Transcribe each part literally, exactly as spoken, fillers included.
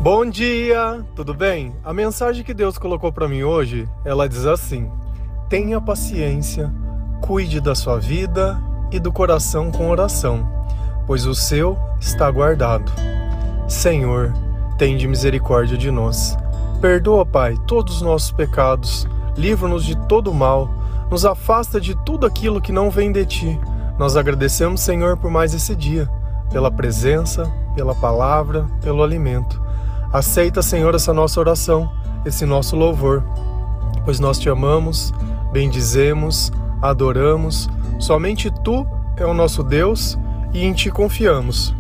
Bom dia, tudo bem? A mensagem que Deus colocou para mim hoje, ela diz assim: tenha paciência, cuide da sua vida e do coração com oração, pois o seu está guardado. Senhor, tende misericórdia de nós. Perdoa, Pai, todos os nossos pecados, livra-nos de todo mal, nos afasta de tudo aquilo que não vem de Ti. Nós agradecemos, Senhor, por mais esse dia, pela presença, pela palavra, pelo alimento. Aceita, Senhor, essa nossa oração, esse nosso louvor, pois nós Te amamos, bendizemos, adoramos. Somente Tu é o nosso Deus e em Ti confiamos.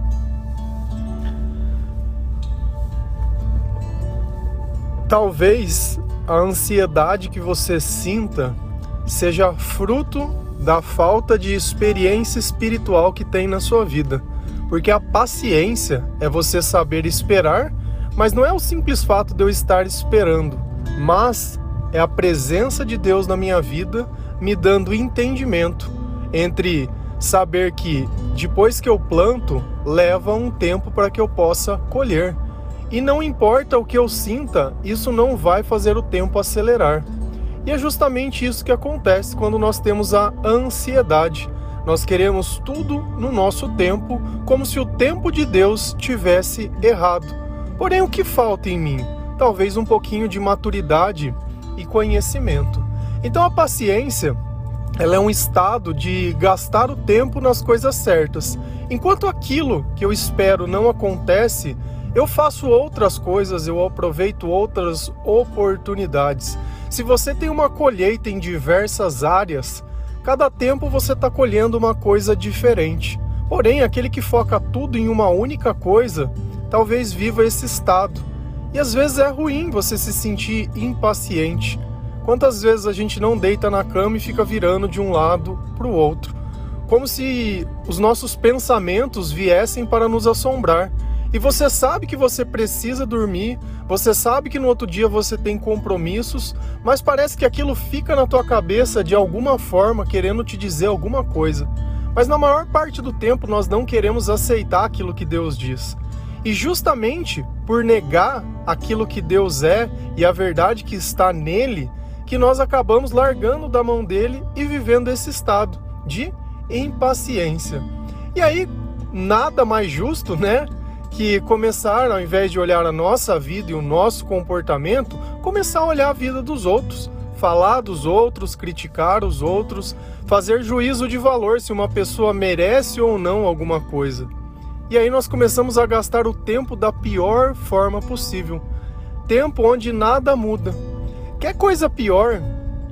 Talvez a ansiedade que você sinta seja fruto da falta de experiência espiritual que tem na sua vida. Porque a paciência é você saber esperar, mas não é o simples fato de eu estar esperando, mas é a presença de Deus na minha vida me dando entendimento entre saber que depois que eu planto, leva um tempo para que eu possa colher. E não importa o que eu sinta, isso não vai fazer o tempo acelerar. E é justamente isso que acontece quando nós temos a ansiedade. Nós queremos tudo no nosso tempo, como se o tempo de Deus tivesse errado. Porém, o que falta em mim? Talvez um pouquinho de maturidade e conhecimento. Então a paciência, ela é um estado de gastar o tempo nas coisas certas. Enquanto aquilo que eu espero não acontece, eu faço outras coisas, eu aproveito outras oportunidades. Se você tem uma colheita em diversas áreas, cada tempo você está colhendo uma coisa diferente. Porém, aquele que foca tudo em uma única coisa, talvez viva esse estado. E às vezes é ruim você se sentir impaciente. Quantas vezes a gente não deita na cama e fica virando de um lado para o outro, como se os nossos pensamentos viessem para nos assombrar. E você sabe que você precisa dormir, você sabe que no outro dia você tem compromissos, mas parece que aquilo fica na tua cabeça de alguma forma, querendo te dizer alguma coisa. Mas na maior parte do tempo nós não queremos aceitar aquilo que Deus diz. E justamente por negar aquilo que Deus é e a verdade que está nele, que nós acabamos largando da mão dele e vivendo esse estado de impaciência. E aí, nada mais justo, né? Que começar, ao invés de olhar a nossa vida e o nosso comportamento, começar a olhar a vida dos outros, falar dos outros, criticar os outros, fazer juízo de valor se uma pessoa merece ou não alguma coisa. E aí nós começamos a gastar o tempo da pior forma possível, tempo onde nada muda. Quer coisa pior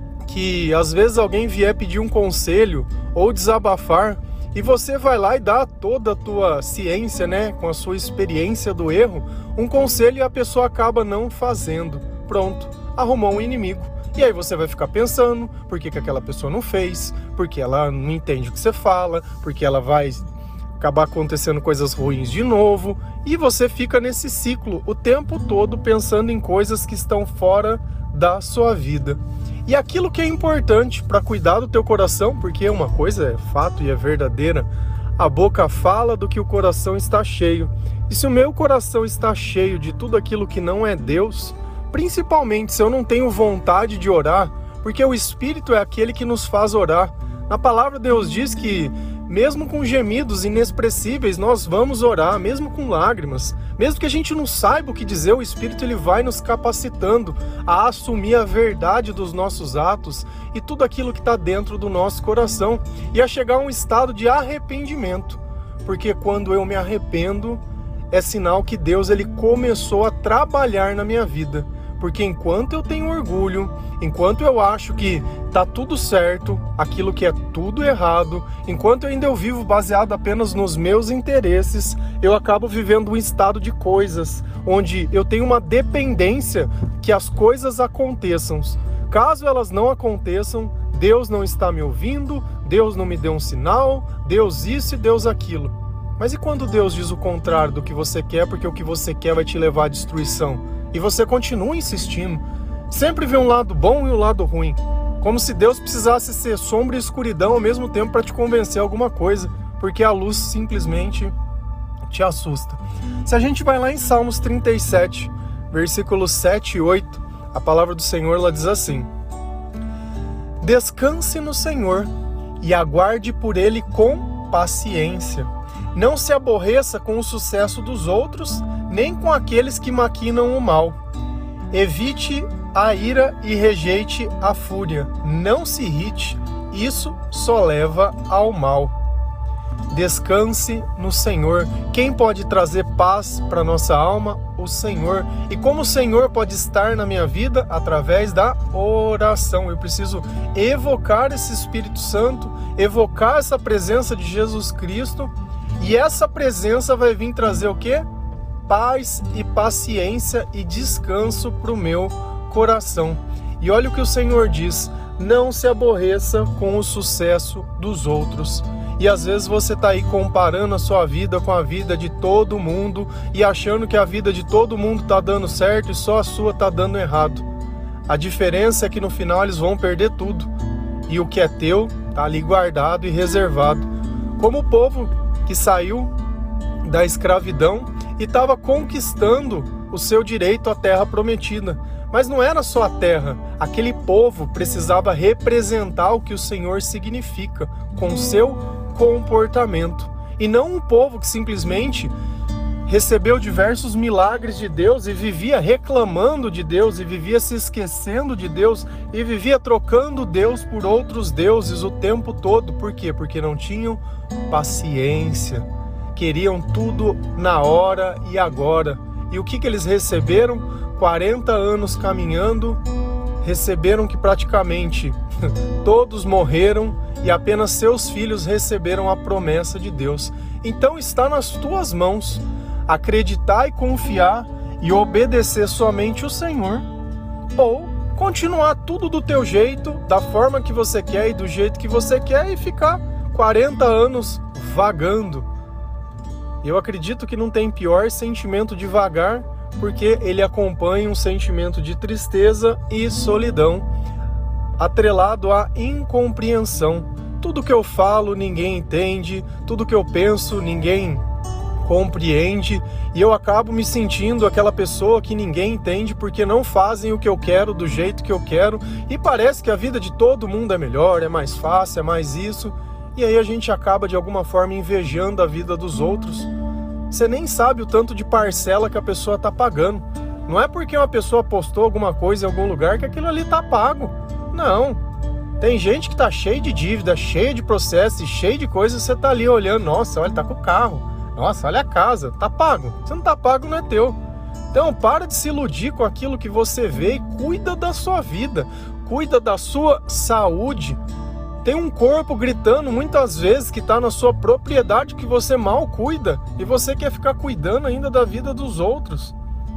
que às vezes alguém vier pedir um conselho ou desabafar, e você vai lá e dá toda a tua ciência, né, com a sua experiência do erro, um conselho e a pessoa acaba não fazendo. Pronto, arrumou um inimigo. E aí você vai ficar pensando, por que que aquela pessoa não fez, porque ela não entende o que você fala, porque ela vai acabar acontecendo coisas ruins de novo, e você fica nesse ciclo o tempo todo pensando em coisas que estão fora da sua vida. E aquilo que é importante para cuidar do teu coração, porque uma coisa é fato e é verdadeira, a boca fala do que o coração está cheio. E se o meu coração está cheio de tudo aquilo que não é Deus, principalmente se eu não tenho vontade de orar, porque o Espírito é aquele que nos faz orar. Na palavra Deus diz que mesmo com gemidos inexpressíveis nós vamos orar, mesmo com lágrimas, mesmo que a gente não saiba o que dizer, o Espírito ele vai nos capacitando a assumir a verdade dos nossos atos e tudo aquilo que está dentro do nosso coração e a chegar a um estado de arrependimento, porque quando eu me arrependo é sinal que Deus ele começou a trabalhar na minha vida. Porque enquanto eu tenho orgulho, enquanto eu acho que tá tudo certo, aquilo que é tudo errado, enquanto ainda eu vivo baseado apenas nos meus interesses, eu acabo vivendo um estado de coisas, onde eu tenho uma dependência que as coisas aconteçam. Caso elas não aconteçam, Deus não está me ouvindo, Deus não me deu um sinal, Deus isso e Deus aquilo. Mas e quando Deus diz o contrário do que você quer, porque o que você quer vai te levar à destruição? E você continua insistindo. Sempre vê um lado bom e um lado ruim. Como se Deus precisasse ser sombra e escuridão ao mesmo tempo para te convencer alguma coisa. Porque a luz simplesmente te assusta. Se a gente vai lá em Salmos trinta e sete, versículos sete e oito, a palavra do Senhor ela diz assim: descanse no Senhor e aguarde por Ele com paciência. Não se aborreça com o sucesso dos outros, nem com aqueles que maquinam o mal. Evite a ira e rejeite a fúria. Não se irrite, isso só leva ao mal. Descanse no Senhor. Quem pode trazer paz para nossa alma? O Senhor. E como o Senhor pode estar na minha vida? Através da oração. Eu preciso evocar esse Espírito Santo, evocar essa presença de Jesus Cristo, e essa presença vai vir trazer o quê? Paz e paciência e descanso para o meu coração. E olha o que o Senhor diz: não se aborreça com o sucesso dos outros. E às vezes você está aí comparando a sua vida com a vida de todo mundo e achando que a vida de todo mundo está dando certo e só a sua está dando errado. A diferença é que no final eles vão perder tudo. E o que é teu está ali guardado e reservado. Como o povo que saiu da escravidão e estava conquistando o seu direito à terra prometida. Mas não era só a terra. Aquele povo precisava representar o que o Senhor significa com o seu comportamento. E não um povo que simplesmente recebeu diversos milagres de Deus e vivia reclamando de Deus, e vivia se esquecendo de Deus, e vivia trocando Deus por outros deuses o tempo todo. Por quê? Porque não tinham paciência. Queriam tudo na hora e agora. E o que, que eles receberam? quarenta anos caminhando, receberam que praticamente todos morreram e apenas seus filhos receberam a promessa de Deus. Então está nas tuas mãos acreditar e confiar e obedecer somente o Senhor, ou continuar tudo do teu jeito, da forma que você quer e do jeito que você quer, e ficar quarenta anos vagando. Eu acredito que não tem pior sentimento de vagar, porque ele acompanha um sentimento de tristeza e solidão, atrelado à incompreensão. Tudo que eu falo ninguém entende, tudo que eu penso ninguém compreende, e eu acabo me sentindo aquela pessoa que ninguém entende, porque não fazem o que eu quero do jeito que eu quero, e parece que a vida de todo mundo é melhor, é mais fácil, é mais isso, e aí a gente acaba de alguma forma invejando a vida dos outros. Você nem sabe o tanto de parcela que a pessoa está pagando. Não é porque uma pessoa postou alguma coisa em algum lugar que aquilo ali está pago. Não. Tem gente que está cheio de dívida, cheio de processo e cheio de coisas, e você está ali olhando, nossa, olha, tá com o carro. Nossa, olha a casa, tá pago. Se não tá pago, não é teu. Então, para de se iludir com aquilo que você vê e cuida da sua vida. Cuida da sua saúde. Tem um corpo gritando muitas vezes que está na sua propriedade, que você mal cuida, e você quer ficar cuidando ainda da vida dos outros.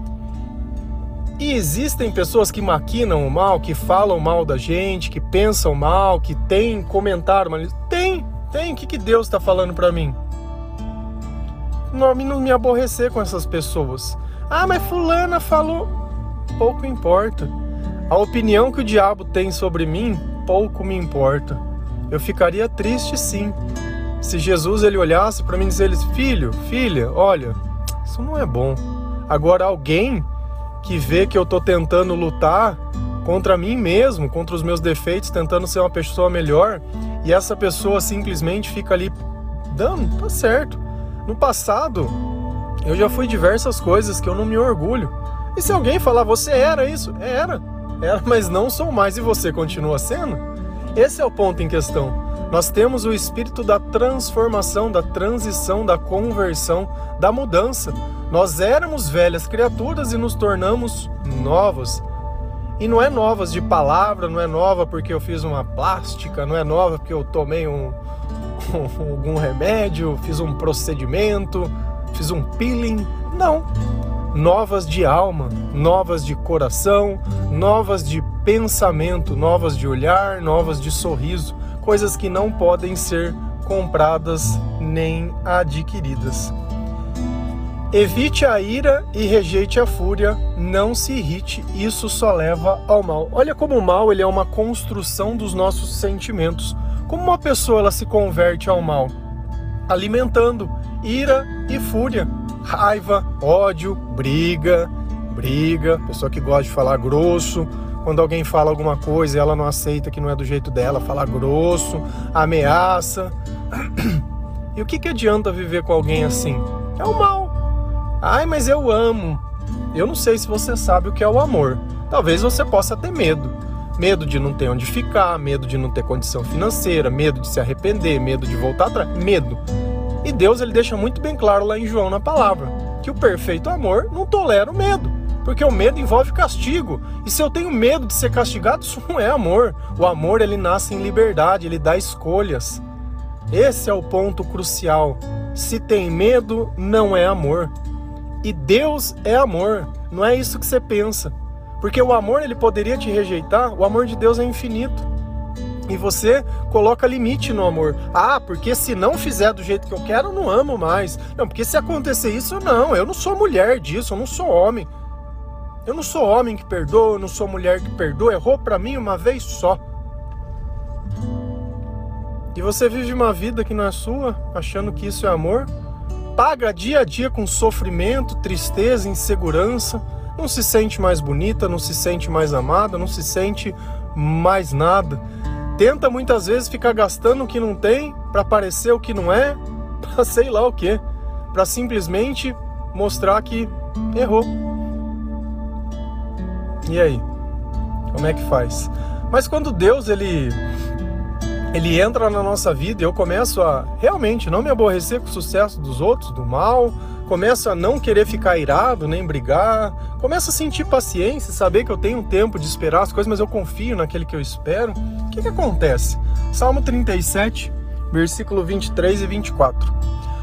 E existem pessoas que maquinam o mal, que falam mal da gente, que pensam mal, que tem comentário, mas tem, tem. O que, que Deus está falando para mim? Não, não me aborrecer com essas pessoas. Ah, mas fulana falou. Pouco importa. A opinião que o diabo tem sobre mim, pouco me importa. Eu ficaria triste, sim, se Jesus ele olhasse para mim e dissesse: filho, filha, olha, isso não é bom. Agora, alguém que vê que eu estou tentando lutar contra mim mesmo, contra os meus defeitos, tentando ser uma pessoa melhor, e essa pessoa simplesmente fica ali dando, tá certo. No passado, eu já fui diversas coisas que eu não me orgulho. E se alguém falar: você era isso? Era, era, mas não sou mais. E você continua sendo? Esse é o ponto em questão. Nós temos o espírito da transformação, da transição, da conversão, da mudança. Nós éramos velhas criaturas e nos tornamos novas. E não é novas de palavra, não é nova porque eu fiz uma plástica, não é nova porque eu tomei um, um, algum remédio, fiz um procedimento, fiz um peeling. Não. Novas de alma, novas de coração, novas de pensamento, novas de olhar, novas de sorriso, coisas que não podem ser compradas nem adquiridas. Evite a ira e rejeite a fúria, não se irrite, isso só leva ao mal. Olha como o mal ele é uma construção dos nossos sentimentos. Como uma pessoa ela se converte ao mal? Alimentando ira e fúria, raiva, ódio, briga, briga, pessoa que gosta de falar grosso, quando alguém fala alguma coisa e ela não aceita que não é do jeito dela, fala grosso, ameaça. E o que, que adianta viver com alguém assim? É o mal. Ai, mas eu amo. Eu não sei se você sabe o que é o amor. Talvez você possa ter medo. Medo de não ter onde ficar, medo de não ter condição financeira, medo de se arrepender, medo de voltar atrás, medo. E Deus ele deixa muito bem claro lá em João na palavra, que o perfeito amor não tolera o medo, porque o medo envolve castigo. E se eu tenho medo de ser castigado, isso não é amor. O amor ele nasce em liberdade, ele dá escolhas. Esse é o ponto crucial. Se tem medo, não é amor. E Deus é amor, não é isso que você pensa. Porque o amor ele poderia te rejeitar, o amor de Deus é infinito. E você coloca limite no amor. Ah, porque se não fizer do jeito que eu quero, eu não amo mais. Não, porque se acontecer isso, não. Eu não sou mulher disso, eu não sou homem. Eu não sou homem que perdoa, eu não sou mulher que perdoa. Errou pra mim uma vez só. E você vive uma vida que não é sua, achando que isso é amor. Paga dia a dia com sofrimento, tristeza, insegurança. Não se sente mais bonita, não se sente mais amada, não se sente mais nada. Tenta muitas vezes ficar gastando o que não tem para parecer o que não é, para sei lá o que, para simplesmente mostrar que errou. E aí? Como é que faz? Mas quando Deus ele, ele entra na nossa vida e eu começo a realmente não me aborrecer com o sucesso dos outros, do mal, começo a não querer ficar irado, nem brigar, começo a sentir paciência, saber que eu tenho um tempo de esperar as coisas, mas eu confio naquele que eu espero. O que que acontece? Salmo trinta e sete, versículo vinte e três e vinte e quatro.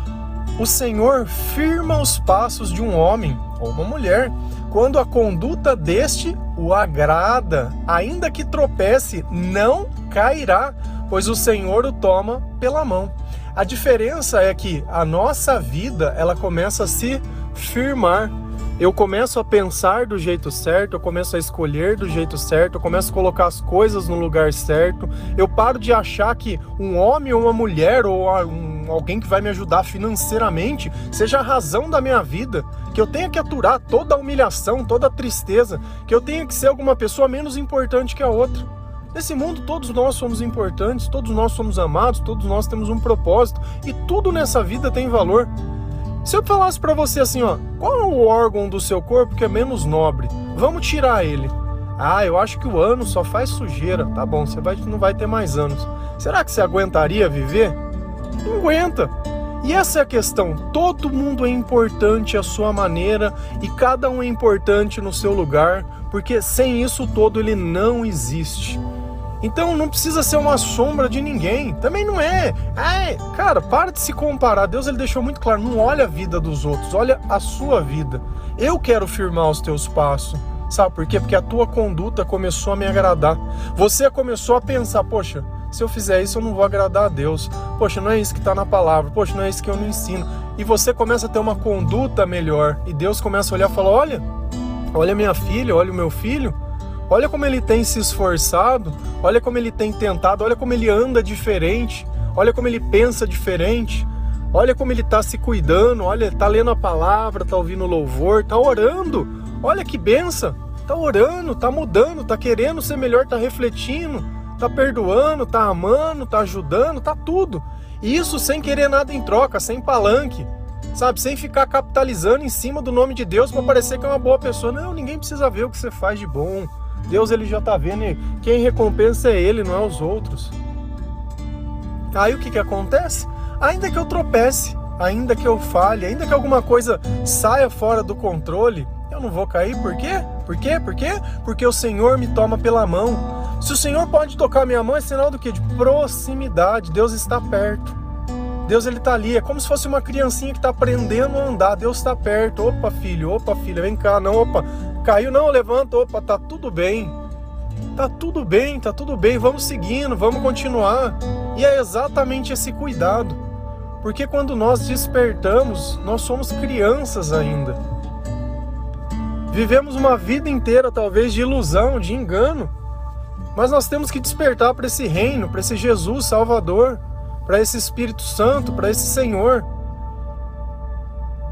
O Senhor firma os passos de um homem ou uma mulher, quando a conduta deste o agrada, ainda que tropece, não cairá, pois o Senhor o toma pela mão. A diferença é que a nossa vida, ela começa a se firmar. Eu começo a pensar do jeito certo, eu começo a escolher do jeito certo, eu começo a colocar as coisas no lugar certo. Eu paro de achar que um homem ou uma mulher ou um, alguém que vai me ajudar financeiramente seja a razão da minha vida, que eu tenha que aturar toda a humilhação, toda a tristeza, que eu tenha que ser alguma pessoa menos importante que a outra. Nesse mundo todos nós somos importantes, todos nós somos amados, todos nós temos um propósito e tudo nessa vida tem valor. Se eu falasse pra você assim, ó, qual é o órgão do seu corpo que é menos nobre? Vamos tirar ele. Ah, eu acho que o ano só faz sujeira. Tá bom, você vai, não vai ter mais anos. Será que você aguentaria viver? Não aguenta. E essa é a questão. Todo mundo é importante à sua maneira e cada um é importante no seu lugar, porque sem isso todo ele não existe. Então não precisa ser uma sombra de ninguém. Também não é. Ai, cara, para de se comparar. Deus ele deixou muito claro, não olha a vida dos outros, olha a sua vida. Eu quero firmar os teus passos. Sabe por quê? Porque a tua conduta começou a me agradar. Você começou a pensar, poxa, se eu fizer isso eu não vou agradar a Deus. Poxa, não é isso que está na palavra. Poxa, não é isso que eu não ensino. E você começa a ter uma conduta melhor. E Deus começa a olhar e falar, olha, olha minha filha, olha o meu filho. Olha como ele tem se esforçado, olha como ele tem tentado, olha como ele anda diferente, olha como ele pensa diferente, olha como ele está se cuidando, olha, está lendo a palavra, está ouvindo louvor, está orando, olha que benção, está orando, está mudando, está querendo ser melhor, está refletindo, está perdoando, está amando, está ajudando, está tudo. E isso sem querer nada em troca, sem palanque, sabe, sem ficar capitalizando em cima do nome de Deus para parecer que é uma boa pessoa. Não, ninguém precisa ver o que você faz de bom. Deus ele já está vendo e quem recompensa é ele, não é os outros. Aí o que que acontece? Ainda que eu tropece, ainda que eu falhe, ainda que alguma coisa saia fora do controle, eu não vou cair. Por quê? Por quê? Por quê? Porque o Senhor me toma pela mão. Se o Senhor pode tocar minha mão, é sinal do quê? De proximidade. Deus está perto. Deus ele está ali. É como se fosse uma criancinha que está aprendendo a andar. Deus está perto. Opa, filho. Opa, filha. Vem cá. Não, opa. Caiu, não, levanta, opa, tá tudo bem, tá tudo bem, tá tudo bem, vamos seguindo, vamos continuar. E é exatamente esse cuidado, porque quando nós despertamos, nós somos crianças ainda. Vivemos uma vida inteira, talvez, de ilusão, de engano, mas nós temos que despertar para esse reino, para esse Jesus Salvador, para esse Espírito Santo, para esse Senhor.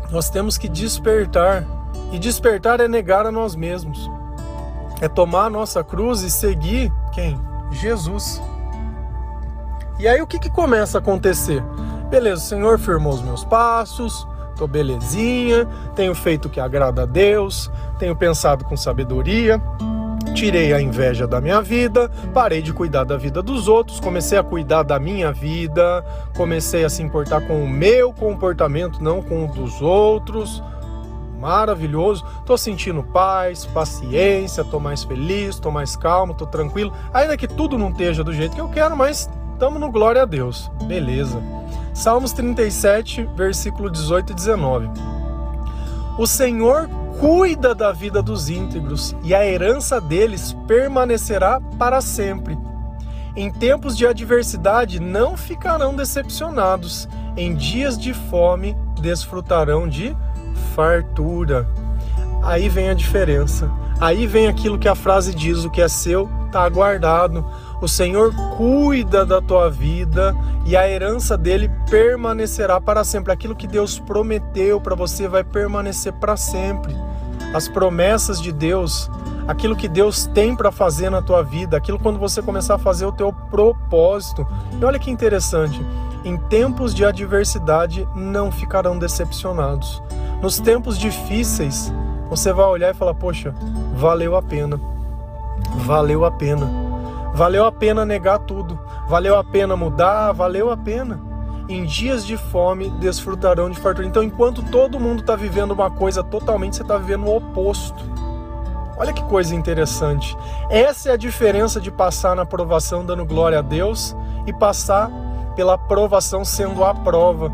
Nós temos que despertar. E despertar é negar a nós mesmos. É tomar a nossa cruz e seguir quem? Jesus. E aí o que, que começa a acontecer? Beleza, o Senhor firmou os meus passos, tô belezinha, tenho feito o que agrada a Deus, tenho pensado com sabedoria, tirei a inveja da minha vida, parei de cuidar da vida dos outros, comecei a cuidar da minha vida, comecei a se importar com o meu comportamento, não com o dos outros. Maravilhoso, tô sentindo paz, paciência, tô mais feliz, tô mais calmo, tô tranquilo, ainda que tudo não esteja do jeito que eu quero, mas estamos no glória a Deus, beleza. Salmos trinta e sete, versículo dezoito e dezenove. O Senhor cuida da vida dos íntegros e a herança deles permanecerá para sempre. Em tempos de adversidade não ficarão decepcionados, em dias de fome desfrutarão de fartura. Aí vem a diferença. Aí vem aquilo que a frase diz: o que é seu está guardado. O Senhor cuida da tua vida e a herança dele permanecerá para sempre. Aquilo que Deus prometeu para você vai permanecer para sempre. As promessas de Deus, aquilo que Deus tem para fazer na tua vida, aquilo quando você começar a fazer o teu propósito. E olha que interessante, em tempos de adversidade não ficarão decepcionados. Nos tempos difíceis, você vai olhar e falar: poxa, valeu a pena, valeu a pena, valeu a pena negar tudo, valeu a pena mudar, valeu a pena. Em dias de fome, desfrutarão de fartura. Então, enquanto todo mundo está vivendo uma coisa totalmente, você está vivendo o oposto. Olha que coisa interessante. Essa é a diferença de passar na provação dando glória a Deus e passar pela provação sendo a prova.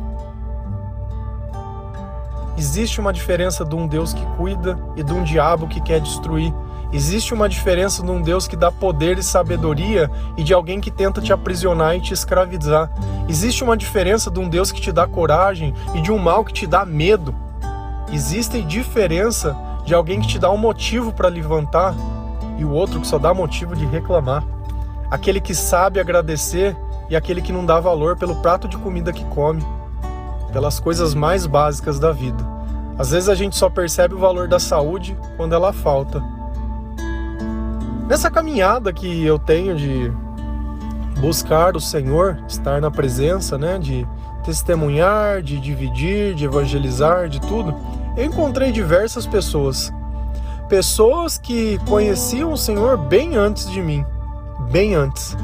Existe uma diferença de um Deus que cuida e de um diabo que quer destruir. Existe uma diferença de um Deus que dá poder e sabedoria e de alguém que tenta te aprisionar e te escravizar. Existe uma diferença de um Deus que te dá coragem e de um mal que te dá medo. Existe diferença de alguém que te dá um motivo para levantar e o outro que só dá motivo de reclamar. Aquele que sabe agradecer e aquele que não dá valor pelo prato de comida que come, pelas coisas mais básicas da vida. Às vezes a gente só percebe o valor da saúde quando ela falta. Nessa caminhada que eu tenho de buscar o Senhor, estar na presença, né, de testemunhar, de dividir, de evangelizar, de tudo, eu encontrei diversas pessoas. Pessoas que conheciam o Senhor bem antes de mim, bem antes.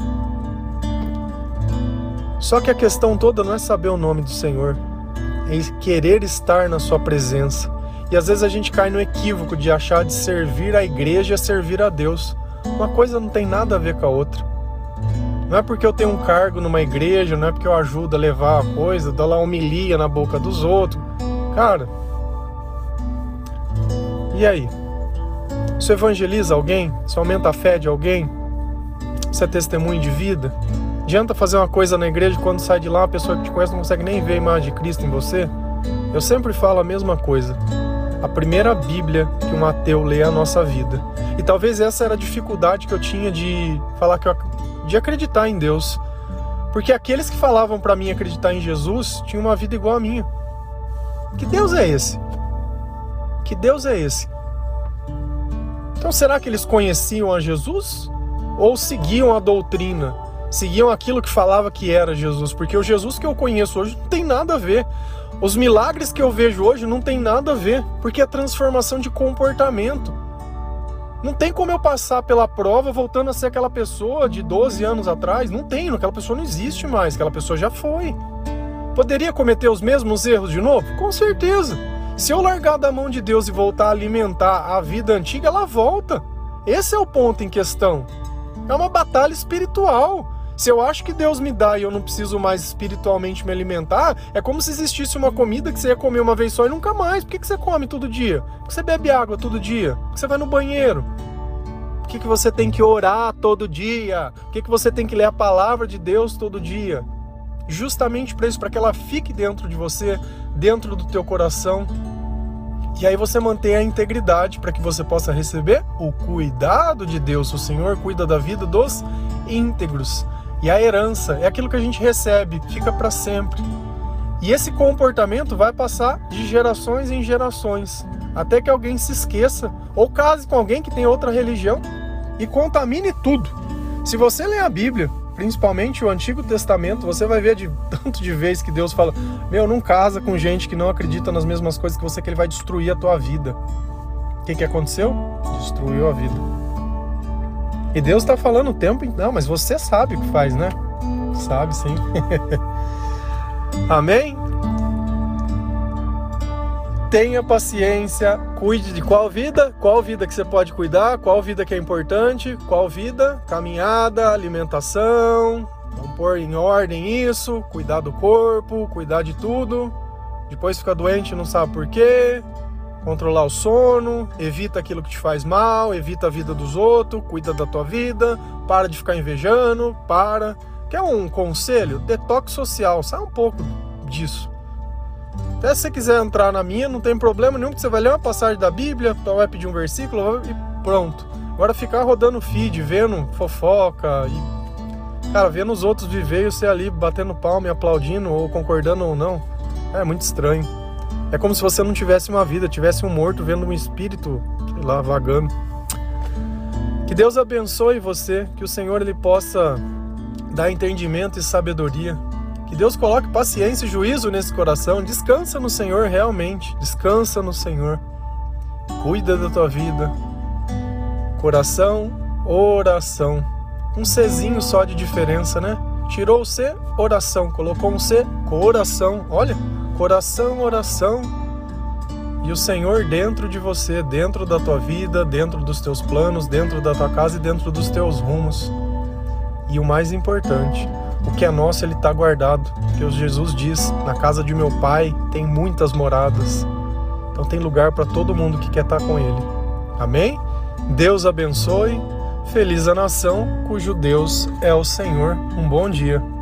Só que a questão toda não é saber o nome do Senhor, é querer estar na sua presença. E às vezes a gente cai no equívoco de achar de servir a igreja é servir a Deus. Uma coisa não tem nada a ver com a outra. Não é porque eu tenho um cargo numa igreja, não é porque eu ajudo a levar a coisa, dar lá homilia na boca dos outros. Cara, e aí? Você evangeliza alguém? Você aumenta a fé de alguém? Você é testemunho de vida? Adianta fazer uma coisa na igreja e quando sai de lá, a pessoa que te conhece não consegue nem ver a imagem de Cristo em você? Eu sempre falo a mesma coisa. A primeira Bíblia que um ateu lê é a nossa vida. E talvez essa era a dificuldade que eu tinha de falar que eu, de acreditar em Deus. Porque aqueles que falavam para mim acreditar em Jesus tinham uma vida igual a minha. Que Deus é esse? Que Deus é esse? Então será que eles conheciam a Jesus? Ou seguiam a doutrina? Seguiam aquilo que falava que era Jesus? Porque o Jesus que eu conheço hoje não tem nada a ver. Os milagres que eu vejo hoje não tem nada a ver, porque é transformação de comportamento. Não tem como eu passar pela prova voltando a ser aquela pessoa de doze anos atrás. Não tem, aquela pessoa não existe mais, aquela pessoa já foi. Poderia cometer os mesmos erros de novo? Com certeza. Se eu largar da mão de Deus e voltar a alimentar a vida antiga, ela volta. Esse é o ponto em questão. É uma batalha espiritual. Se eu acho que Deus me dá e eu não preciso mais espiritualmente me alimentar, é como se existisse uma comida que você ia comer uma vez só e nunca mais. Por que você come todo dia? Por que você bebe água todo dia? Por que você vai no banheiro? Por que você tem que orar todo dia? Por que você tem que ler a palavra de Deus todo dia? Justamente para isso, para que ela fique dentro de você, dentro do teu coração. E aí você mantém a integridade para que você possa receber o cuidado de Deus. O Senhor cuida da vida dos íntegros. E a herança é aquilo que a gente recebe, fica para sempre. E esse comportamento vai passar de gerações em gerações, até que alguém se esqueça, ou case com alguém que tem outra religião e contamine tudo. Se você ler a Bíblia, principalmente o Antigo Testamento, você vai ver de tanto de vez que Deus fala: meu, não casa com gente que não acredita nas mesmas coisas que você, que ele vai destruir a tua vida. O que que aconteceu? Destruiu a vida. E Deus está falando o tempo, não, mas você sabe o que faz, né? Sabe, sim. Amém? Tenha paciência, cuide de qual vida? Qual vida que você pode cuidar? Qual vida que é importante? Qual vida? Caminhada, alimentação, vamos pôr em ordem isso, cuidar do corpo, cuidar de tudo. Depois fica doente, não sabe por quê. Controlar o sono, evita aquilo que te faz mal, evita a vida dos outros, cuida da tua vida, para de ficar invejando, para. Quer um conselho? Detox social, sai um pouco disso. Até se você quiser entrar na minha, não tem problema nenhum, que você vai ler uma passagem da Bíblia, vai pedir um versículo e pronto. Agora ficar rodando feed, vendo fofoca e, cara, vendo os outros viver e você ali batendo palma e aplaudindo ou concordando ou não, é muito estranho. É como se você não tivesse uma vida, tivesse um morto vendo um espírito, sei lá, vagando. Que Deus abençoe você, que o Senhor ele possa dar entendimento e sabedoria. Que Deus coloque paciência e juízo nesse coração. Descansa no Senhor realmente. Descansa no Senhor. Cuida da tua vida. Coração, oração. Um Czinho só de diferença, né? Tirou o C, oração. Colocou um C, coração. Olha, coração, oração. E o Senhor dentro de você, dentro da tua vida, dentro dos teus planos, dentro da tua casa e dentro dos teus rumos. E o mais importante, o que é nosso, ele está guardado. Porque Jesus diz, na casa de meu Pai tem muitas moradas. Então tem lugar para todo mundo que quer estar com Ele. Amém? Deus abençoe. Feliz a nação cujo Deus é o Senhor. Um bom dia.